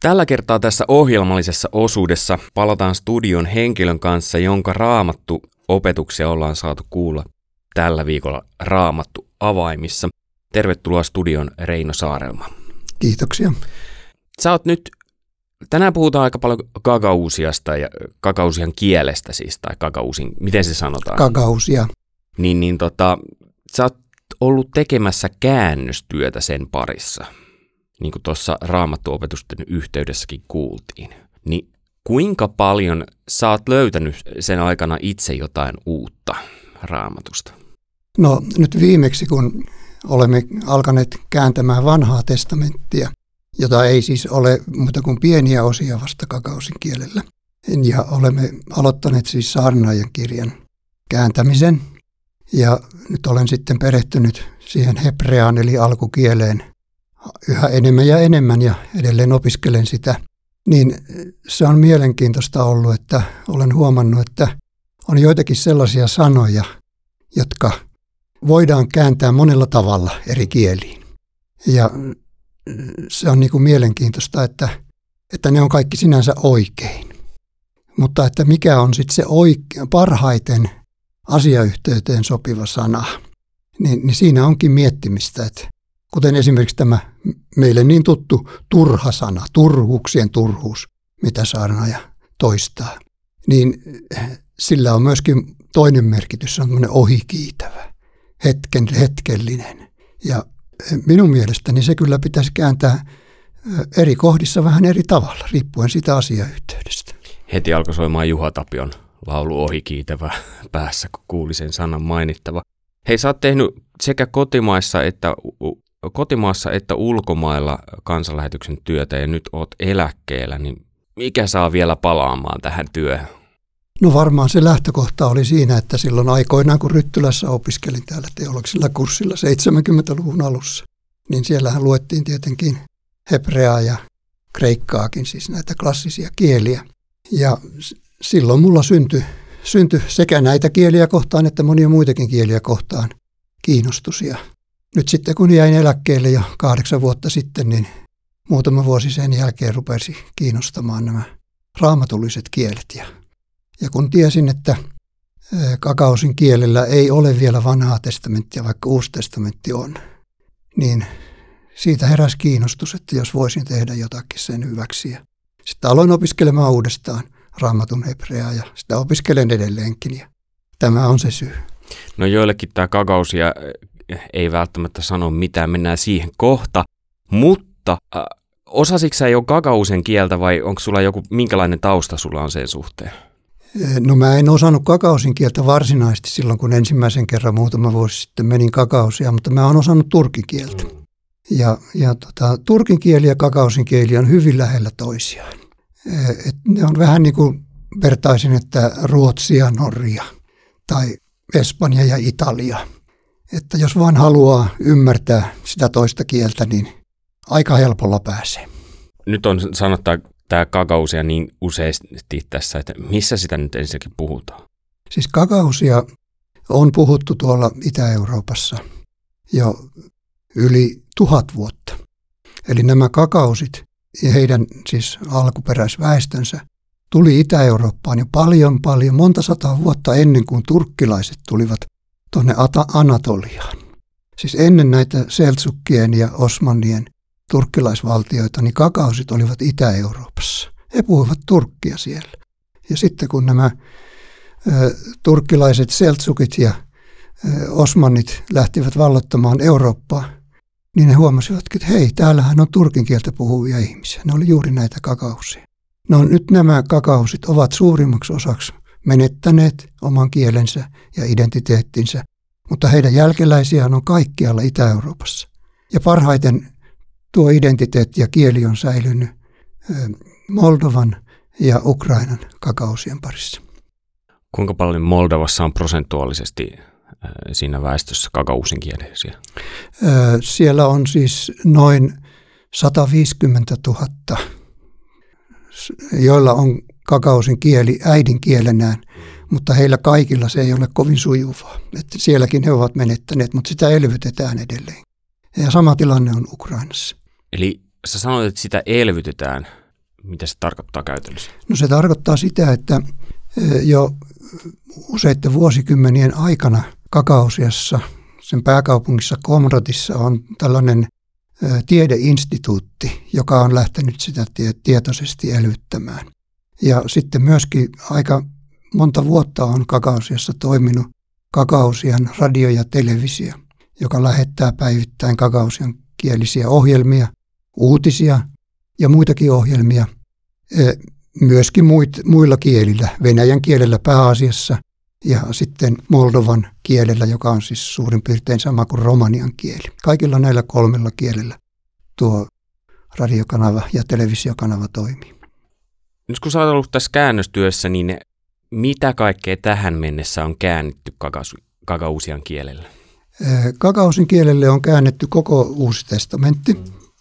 Tällä kertaa tässä ohjelmallisessa osuudessa palataan studion henkilön kanssa, jonka Raamattu-opetuksia ollaan saatu kuulla tällä viikolla Raamattu avaimissa. Tervetuloa studion Reino Saarelma. Kiitoksia. Tänään puhutaan aika paljon Gagausiasta ja Gagausian kielestä siis, tai Gagausin, miten se sanotaan? Gagausia. Sä oot ollut tekemässä käännöstyötä sen parissa, niin kuin tuossa Raamattu-opetusten yhteydessäkin kuultiin. Niin kuinka paljon sä oot löytänyt sen aikana itse jotain uutta Raamatusta? No nyt viimeksi, kun olemme alkaneet kääntämään vanhaa testamenttia, jota ei siis ole muuta kuin pieniä osia vasta Gagausin kielellä. Ja olemme aloittaneet siis Saarnaajan kirjan kääntämisen. Ja nyt olen sitten perehtynyt siihen hebreaan eli alkukieleen yhä enemmän ja edelleen opiskelen sitä. Niin se on mielenkiintoista ollut, että olen huomannut, että on joitakin sellaisia sanoja, jotka voidaan kääntää monella tavalla eri kieliin. Ja se on niin kuin mielenkiintoista, että ne on kaikki sinänsä oikein. Mutta että mikä on sitten se parhaiten asiayhteyteen sopiva sana, niin siinä onkin miettimistä. Että kuten esimerkiksi tämä meille niin tuttu turha sana, turhuuksien turhuus, mitä saarnaaja toistaa, niin sillä on myöskin toinen merkitys, se on tämmöinen ohikiitävä, hetkellinen. Ja minun mielestäni se kyllä pitäisi kääntää eri kohdissa vähän eri tavalla, riippuen siitä asiayhteydestä. Heti alkoi soimaan Juha Tapion laulu Ohikiitävä päässä, kun kuuli sen sanan mainittava. Hei, sä oot tehnyt sekä kotimaassa että ulkomailla kansanlähetyksen työtä ja nyt oot eläkkeellä, niin mikä saa vielä palaamaan tähän työhön? No varmaan se lähtökohta oli siinä, että silloin aikoinaan, kun Ryttylässä opiskelin täällä teologisella kurssilla 70-luvun alussa, niin siellähän luettiin tietenkin hebreaa ja kreikkaakin, siis näitä klassisia kieliä. Ja silloin mulla syntyi sekä näitä kieliä kohtaan että monia muitakin kieliä kohtaan kiinnostus. Ja nyt sitten kun jäin eläkkeelle jo 8 vuotta sitten, niin muutama vuosi sen jälkeen rupesi kiinnostamaan nämä raamatulliset kielet. Ja kun tiesin, että Gagausin kielellä ei ole vielä vanhaa testamenttia, vaikka Uusi testamentti on, niin siitä heräsi kiinnostus, että jos voisin tehdä jotakin sen hyväksi. Ja sitten aloin opiskelemaan uudestaan Raamatun hebreaa ja sitä opiskelen edelleenkin ja tämä on se syy. No joillekin tämä Gagausia ei välttämättä sano mitään, mennään siihen kohta, mutta osasitko sä jo Gagausen kieltä vai onko sulla minkälainen tausta sulla on sen suhteen? No mä en osannut Gagausin kieltä varsinaisesti silloin, kun ensimmäisen kerran muutama vuosi sitten menin Gagausia, mutta mä oon osannut turkin kieltä. Ja turkin kieli ja Gagausin kieli on hyvin lähellä toisiaan. Ne on vähän niin kuin vertaisin, että Ruotsi ja Norja tai Espanja ja Italia. Että jos vaan haluaa ymmärtää sitä toista kieltä, niin aika helpolla pääsee. Nyt on sanottaa tämä Gagausia niin useasti tässä, että missä sitä nyt ensinnäkin puhutaan? Siis Gagausia on puhuttu tuolla Itä-Euroopassa jo yli 1000 vuotta. Eli nämä Gagausit ja heidän siis alkuperäisväestönsä tuli Itä-Eurooppaan jo paljon, monta sataa vuotta ennen kuin turkkilaiset tulivat tuonne Anatoliaan. Siis ennen näitä Seltsukkien ja Osmanien turkkilaisvaltioita, niin Gagausit olivat Itä-Euroopassa. He puhuivat turkkia siellä. Ja sitten kun nämä turkkilaiset Seltsukit ja Osmanit lähtivät valloittamaan Eurooppaa, niin ne huomasivatkin, että hei, täällähän on turkin kieltä puhuvia ihmisiä. Ne oli juuri näitä Gagausia. No nyt nämä Gagausit ovat suurimmaksi osaksi menettäneet oman kielensä ja identiteettinsä, mutta heidän jälkeläisiään on kaikkialla Itä-Euroopassa. Ja parhaiten tuo identiteetti ja kieli on säilynyt Moldovan ja Ukrainan Gagausien parissa. Kuinka paljon Moldovassa on prosentuaalisesti siinä väestössä gagausinkielisiä? Siellä on siis noin 150 000, joilla on gagausin kieli äidinkielenään, mutta heillä kaikilla se ei ole kovin sujuvaa. Että sielläkin he ovat menettäneet, mutta sitä elvytetään edelleen. Ja sama tilanne on Ukrainassa. Eli sä sanoit, että sitä elvytetään. Mitä se tarkoittaa käytännössä? No se tarkoittaa sitä, että jo useiden vuosikymmenien aikana Gagauzijassa, sen pääkaupungissa Komratissa on tällainen tiedeinstituutti, joka on lähtenyt sitä tietoisesti elvyttämään. Ja sitten myöskin aika monta vuotta on Gagauzijassa toiminut Gagauzian radio ja televisio, joka lähettää päivittäin Gagauzian kielisiä ohjelmia, uutisia ja muitakin ohjelmia, myöskin muilla kielillä, venäjän kielellä pääasiassa ja sitten moldovan kielellä, joka on siis suurin piirtein sama kuin romanian kieli. Kaikilla näillä 3 kielellä tuo radiokanava ja televisiokanava toimii. Nyt kun sä oot ollut tässä käännöstyössä, niin mitä kaikkea tähän mennessä on käännetty Gagauzian kielellä? Gagauzin kielelle on käännetty koko Uusi testamentti.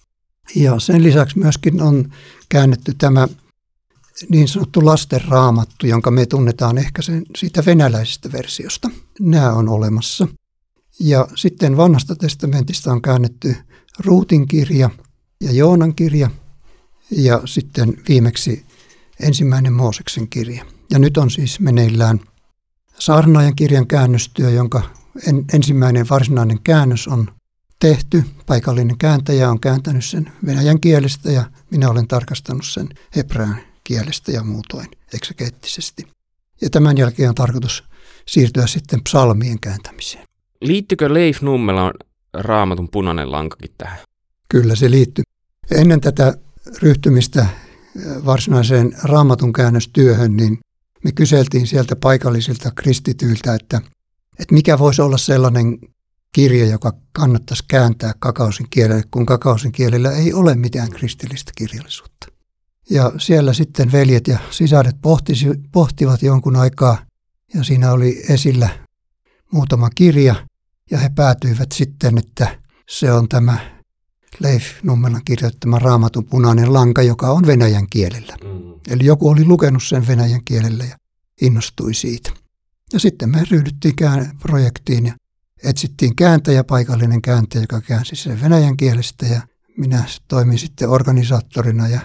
Ja sen lisäksi myöskin on käännetty tämä niin sanottu lastenraamattu, jonka me tunnetaan ehkä siitä venäläisestä versiosta. Nämä on olemassa. Ja sitten Vanhasta testamentista on käännetty Ruutin kirja ja Joonan kirja ja sitten viimeksi 1. Mooseksen kirja. Ja nyt on siis meneillään Saarnaajan kirjan käännöstyö, jonka ensimmäinen varsinainen käännös on tehty. Paikallinen kääntäjä on kääntänyt sen venäjän kielestä ja minä olen tarkastanut sen hebrean kielestä ja muutoin eksegeettisesti. Ja tämän jälkeen on tarkoitus siirtyä sitten psalmien kääntämiseen. Liittyykö Leif Nummelan Raamatun punainen lankakin tähän? Kyllä se liittyy. Ennen tätä ryhtymistä varsinaiseen Raamatun käännöstyöhön, niin me kyseltiin sieltä paikallisilta kristityiltä, että mikä voisi olla sellainen kirja, joka kannattaisi kääntää Gagauzin kielelle, kun Gagauzin kielellä ei ole mitään kristillistä kirjallisuutta. Ja siellä sitten veljet ja sisaret pohtivat jonkun aikaa, ja siinä oli esillä muutama kirja, ja he päätyivät sitten, että se on tämä Leif Nummelan kirjoittama Raamatun punainen lanka, joka on venäjän kielellä. Eli joku oli lukenut sen venäjän kielellä ja innostui siitä. Ja sitten me ryhdyttiin projektiin ja etsittiin kääntäjä, paikallinen kääntäjä, joka käänsi sen venäjän kielestä ja minä toimin sitten organisaattorina ja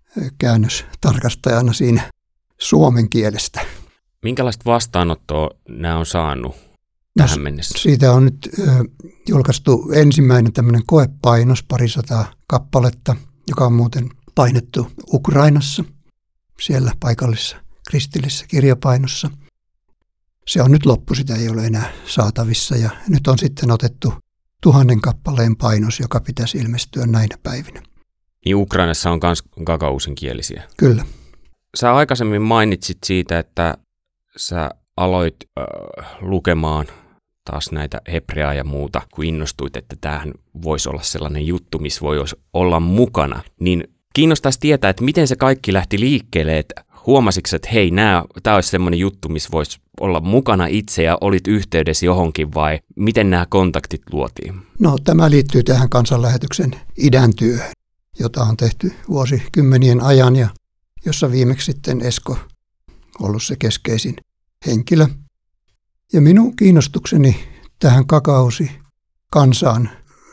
käännöstarkastajana siinä suomen kielestä. Minkälaista vastaanottoa nämä on saanut tähän mennessä? Siitä on nyt julkaistu ensimmäinen tämmöinen koepainos, 200 kappaletta, joka on muuten painettu Ukrainassa, siellä paikallisessa kristillisessä kirjapainossa. Se on nyt loppu, sitä ei ole enää saatavissa ja nyt on sitten otettu 1000 kappaleen painos, joka pitäisi ilmestyä näinä päivinä. Niin Ukrainassa on myös gagauzin kielisiä? Kyllä. Sä aikaisemmin mainitsit siitä, että sä aloit lukemaan taas näitä hebreaa ja muuta, kun innostuit, että tämähän voisi olla sellainen juttu, missä voisi olla mukana. Niin kiinnostaisi tietää, että miten se kaikki lähti liikkeelle, että huomasitko, että hei, tämä olisi sellainen juttu, missä voisi olla mukana itse ja olit yhteydessä johonkin vai miten nämä kontaktit luotiin? No tämä liittyy tähän kansanlähetyksen idäntyöhön, jota on tehty vuosikymmenien ajan ja jossa viimeksi sitten Esko on ollut se keskeisin henkilö. Ja minun kiinnostukseni tähän Gagauzi-kansaan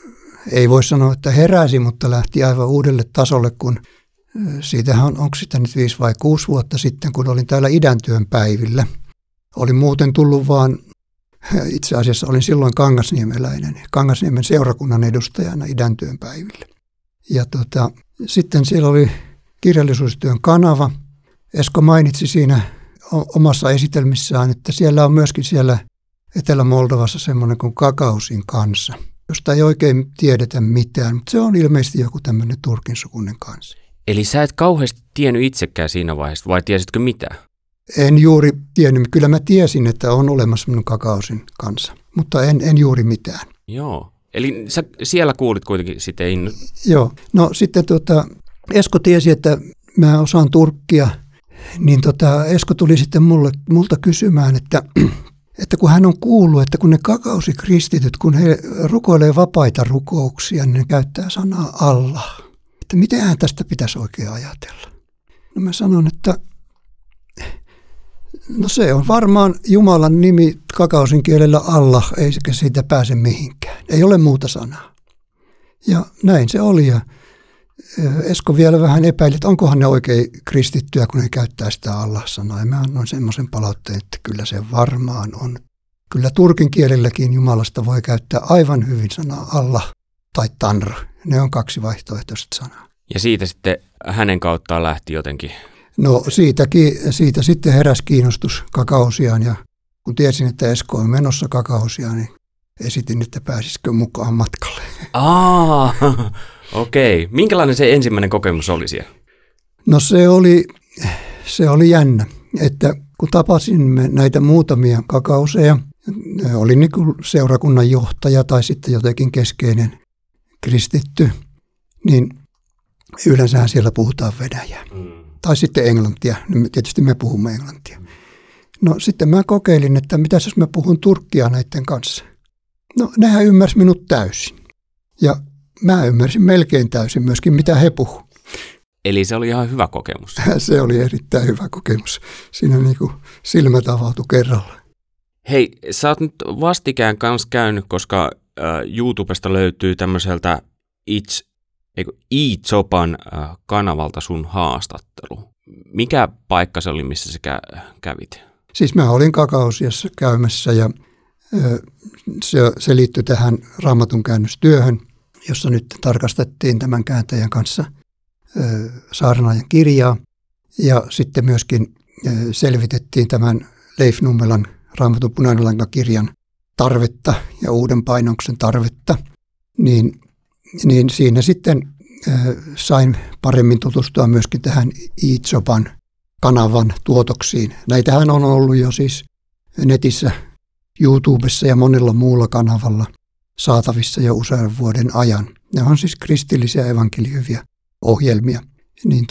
ei voi sanoa, että heräsi, mutta lähti aivan uudelle tasolle, kun siitähän onko sitä nyt 5 vai 6 vuotta sitten, kun olin täällä idäntyön päivillä. Olin muuten tullut vaan, itse asiassa olin silloin kangasniemeläinen, Kangasniemen seurakunnan edustajana idäntyön päivillä. Ja sitten siellä oli kirjallisuustyön kanava. Esko mainitsi siinä omassa esitelmissään, että siellä on myöskin siellä Etelä-Moldovassa semmoinen kuin Gagauzin kansa, josta ei oikein tiedetä mitään, mutta se on ilmeisesti joku tämmöinen turkinsukuinen kansa. Eli sä et kauheasti tiennyt itsekään siinä vaiheessa, vai tiesitkö mitään? En juuri tiennyt. Kyllä mä tiesin, että on olemassa semmoinen Gagauzin kansa, mutta en juuri mitään. Joo. Eli sä siellä kuulit kuitenkin sitten. Joo. No sitten Esko tiesi, että mä osaan turkkia, niin Esko tuli sitten multa kysymään, että kun hän on kuullut, että kun ne Gagauzi-kristityt, kun he rukoilee vapaita rukouksia, niin ne käyttää sanaa Allah. Että mitähän tästä pitäisi oikein ajatella? No mä sanon, että no se on varmaan Jumalan nimi Gagauzin kielellä Allah, eikä siitä pääse mihinkään. Ei ole muuta sanaa. Ja näin se oli. Ja Esko vielä vähän epäili, että onkohan ne oikein kristittyä, kun ne käyttää sitä Allah-sanaa. Ja mä annoin semmoisen palautteen, että kyllä se varmaan on. Kyllä turkin kielelläkin Jumalasta voi käyttää aivan hyvin sanaa Allah tai Tanra. Ne on 2 vaihtoehtoista sanaa. Ja siitä sitten hänen kauttaan lähti jotenkin. No siitä sitten heräsi kiinnostus Gagaousiaan, ja kun tiesin, että Esko on menossa Gagaousiaan, niin esitin, että pääsisikö mukaan matkalle. Okei. Minkälainen se ensimmäinen kokemus oli siellä? No se oli jännä, että kun tapasimme näitä muutamia Gagaouseja, ne oli niin kuin seurakunnan johtaja tai sitten jotenkin keskeinen kristitty, niin yleensähän siellä puhutaan venäjää. Tai sitten englantia. Tietysti me puhumme englantia. No sitten mä kokeilin, että mitäs jos mä puhun turkkia näiden kanssa. No nehän ymmärsi minut täysin. Ja mä ymmärsin melkein täysin myöskin, mitä he puhuivat. Eli se oli ihan hyvä kokemus. Se oli erittäin hyvä kokemus. Siinä niin kuin silmät avautui kerralla. Hei, sä oot nyt vastikään kanssa käynyt, koska YouTubesta löytyy tämmöiseltä iZopan kanavalta sun haastattelu. Mikä paikka se oli, missä sä kävit? Siis mä olin Gagaousiassa käymässä ja se liittyi tähän Raamatun käännöstyöhön, jossa nyt tarkastettiin tämän kääntäjän kanssa saarnaajan kirjaa. Ja sitten myöskin selvitettiin tämän Leif Nummelan Raamatun punainen lanka-kirjan tarvetta ja uuden painoksen tarvetta. Niin siinä sitten sain paremmin tutustua myöskin tähän iZopan kanavan tuotoksiin. Näitähän on ollut jo siis netissä, YouTubessa ja monella muulla kanavalla saatavissa jo usean vuoden ajan. Ne on siis kristillisiä evankelioivia ohjelmia. Niin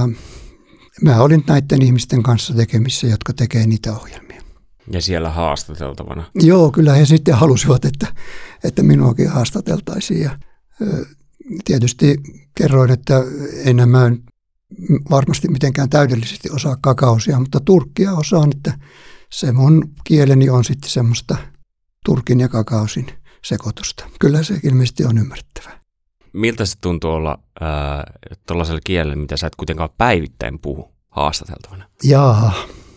mä olin näiden ihmisten kanssa tekemissä, jotka tekee niitä ohjelmia. Ja siellä haastateltavana? Joo, kyllä he sitten halusivat, että minuakin haastateltaisiin. Ja tietysti kerroin, että enää mä en varmasti mitenkään täydellisesti osaa Gagaousia, mutta turkkia osaan, että se mun kieleni on sitten semmoista turkin ja Gagaousin sekoitusta. Kyllä se ilmeisesti on ymmärrettävää. Miltä se tuntuu olla tuollaisella kielellä, mitä sä et kuitenkaan päivittäin puhu haastateltavana? Jaa,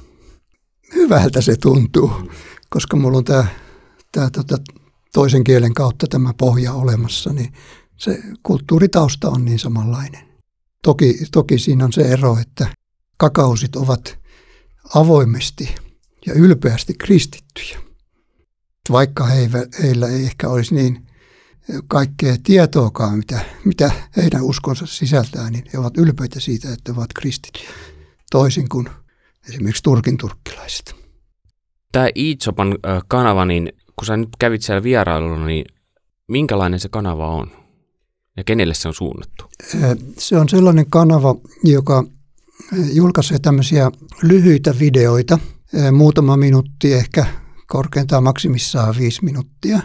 hyvältä se tuntuu, koska mulla on tämä toisen kielen kautta tämä pohja olemassa, niin se kulttuuritausta on niin samanlainen. Toki siinä on se ero, että Gagaousit ovat avoimesti ja ylpeästi kristittyjä. Vaikka heillä ei ehkä olisi niin kaikkea tietoakaan, mitä heidän uskonsa sisältää, niin he ovat ylpeitä siitä, että ovat kristittyjä. Toisin kuin esimerkiksi Turkin turkkilaiset. Tämä iZopan kanava, niin kun sä nyt kävit siellä vierailulla, niin minkälainen se kanava on? Ja kenelle se on suunnattu? Se on sellainen kanava, joka julkaisee tämmöisiä lyhyitä videoita, muutama minuutti, ehkä korkeintaan maksimissaan 5 minuuttia.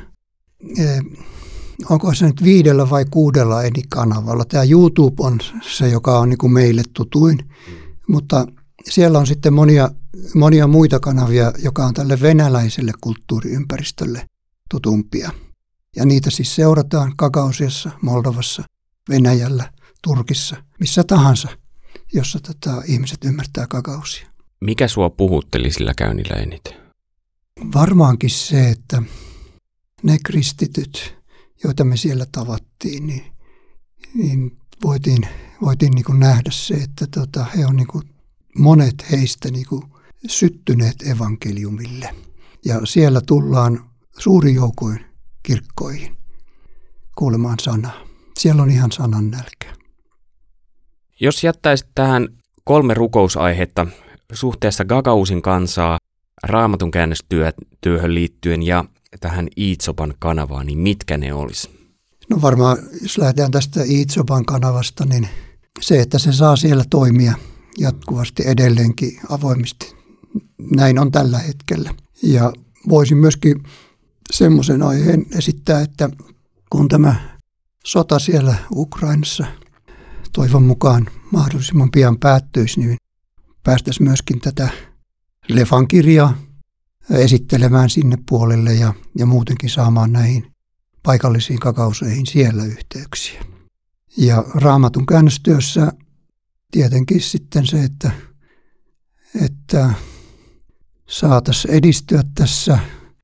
Onko se nyt 5 vai 6 eri kanavalla? Tämä YouTube on se, joka on niin kuin meille tutuin, mutta siellä on sitten monia muita kanavia, joka on tälle venäläiselle kulttuuriympäristölle tutumpia. Ja niitä siis seurataan Gagaousiassa, Moldovassa, Venäjällä, Turkissa, missä tahansa, jossa ihmiset ymmärtää Gagaousia. Mikä sua puhutteli sillä käynnillä eniten? Varmaankin se, että ne kristityt, joita me siellä tavattiin, niin voitiin niin kuin nähdä se, että he on niin kuin, monet heistä niin kuin syttyneet evankeliumille. Ja siellä tullaan suurin joukoin kirkkoihin kuulemaan sanaa. Siellä on ihan sanan nälkä. Jos jättäisit tähän 3 rukousaihetta suhteessa Gagaousin kansaa, Raamatun käännöstyöhön liittyen ja tähän iZopan kanavaan, niin mitkä ne olisi? No varmaan, jos lähdetään tästä iZopan kanavasta, niin se, että se saa siellä toimia jatkuvasti edelleenkin avoimesti. Näin on tällä hetkellä. Ja voisin myöskin semmoisen aiheen esittää, että kun tämä sota siellä Ukrainassa toivon mukaan mahdollisimman pian päättyisi, niin päästäisiin myöskin tätä Lefan kirjaa esittelemään sinne puolelle ja muutenkin saamaan näihin paikallisiin Gagaouseihin siellä yhteyksiä. Ja Raamatun käännöstyössä tietenkin sitten se, että saataisiin edistyä tässä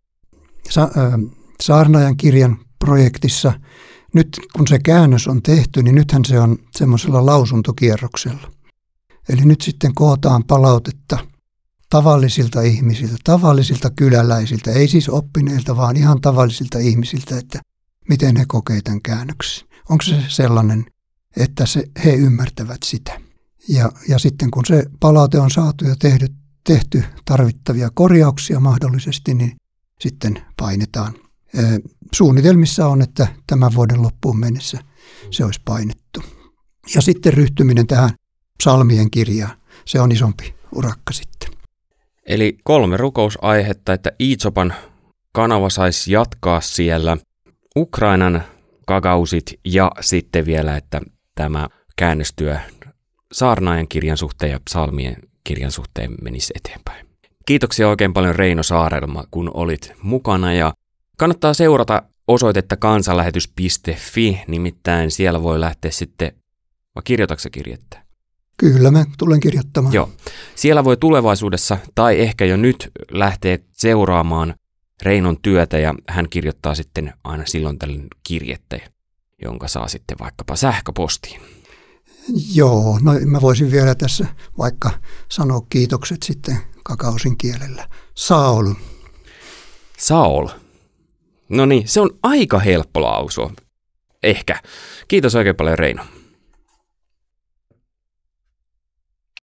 Saarnaajan kirjan projektissa. Nyt kun se käännös on tehty, niin nythän se on semmoisella lausuntokierroksella. Eli nyt sitten kootaan palautetta tavallisilta ihmisiltä, tavallisilta kyläläisiltä, ei siis oppineilta, vaan ihan tavallisilta ihmisiltä, että miten he kokee tämän käännöksen. Onko se sellainen, että he ymmärtävät sitä. Ja sitten kun se palaute on saatu ja tehty tarvittavia korjauksia mahdollisesti, niin sitten painetaan. Suunnitelmissa on, että tämän vuoden loppuun mennessä se olisi painettu. Ja sitten ryhtyminen tähän psalmien kirjaan, se on isompi urakka sitten. Eli 3 rukousaihetta, että Iitsopan kanava saisi jatkaa siellä, Ukrainan Gagausit ja sitten vielä, että tämä käännöstyö Saarnaajan kirjan suhteen ja psalmien kirjan suhteen menisi eteenpäin. Kiitoksia oikein paljon Reino Saarelma, kun olit mukana ja kannattaa seurata osoitetta kansanlähetys.fi, nimittäin siellä voi lähteä sitten, vai kirjoitatko sä kirjettä? Kyllä, mä tulen kirjoittamaan. Joo, siellä voi tulevaisuudessa tai ehkä jo nyt lähteä seuraamaan Reinon työtä ja hän kirjoittaa sitten aina silloin tällöin kirjettä, jonka saa sitten vaikkapa sähköpostiin. Joo, no mä voisin vielä tässä vaikka sanoa kiitokset sitten Gagausin kielellä. Saul. Saul. No niin, se on aika helppo lausua. Ehkä. Kiitos oikein paljon Reino.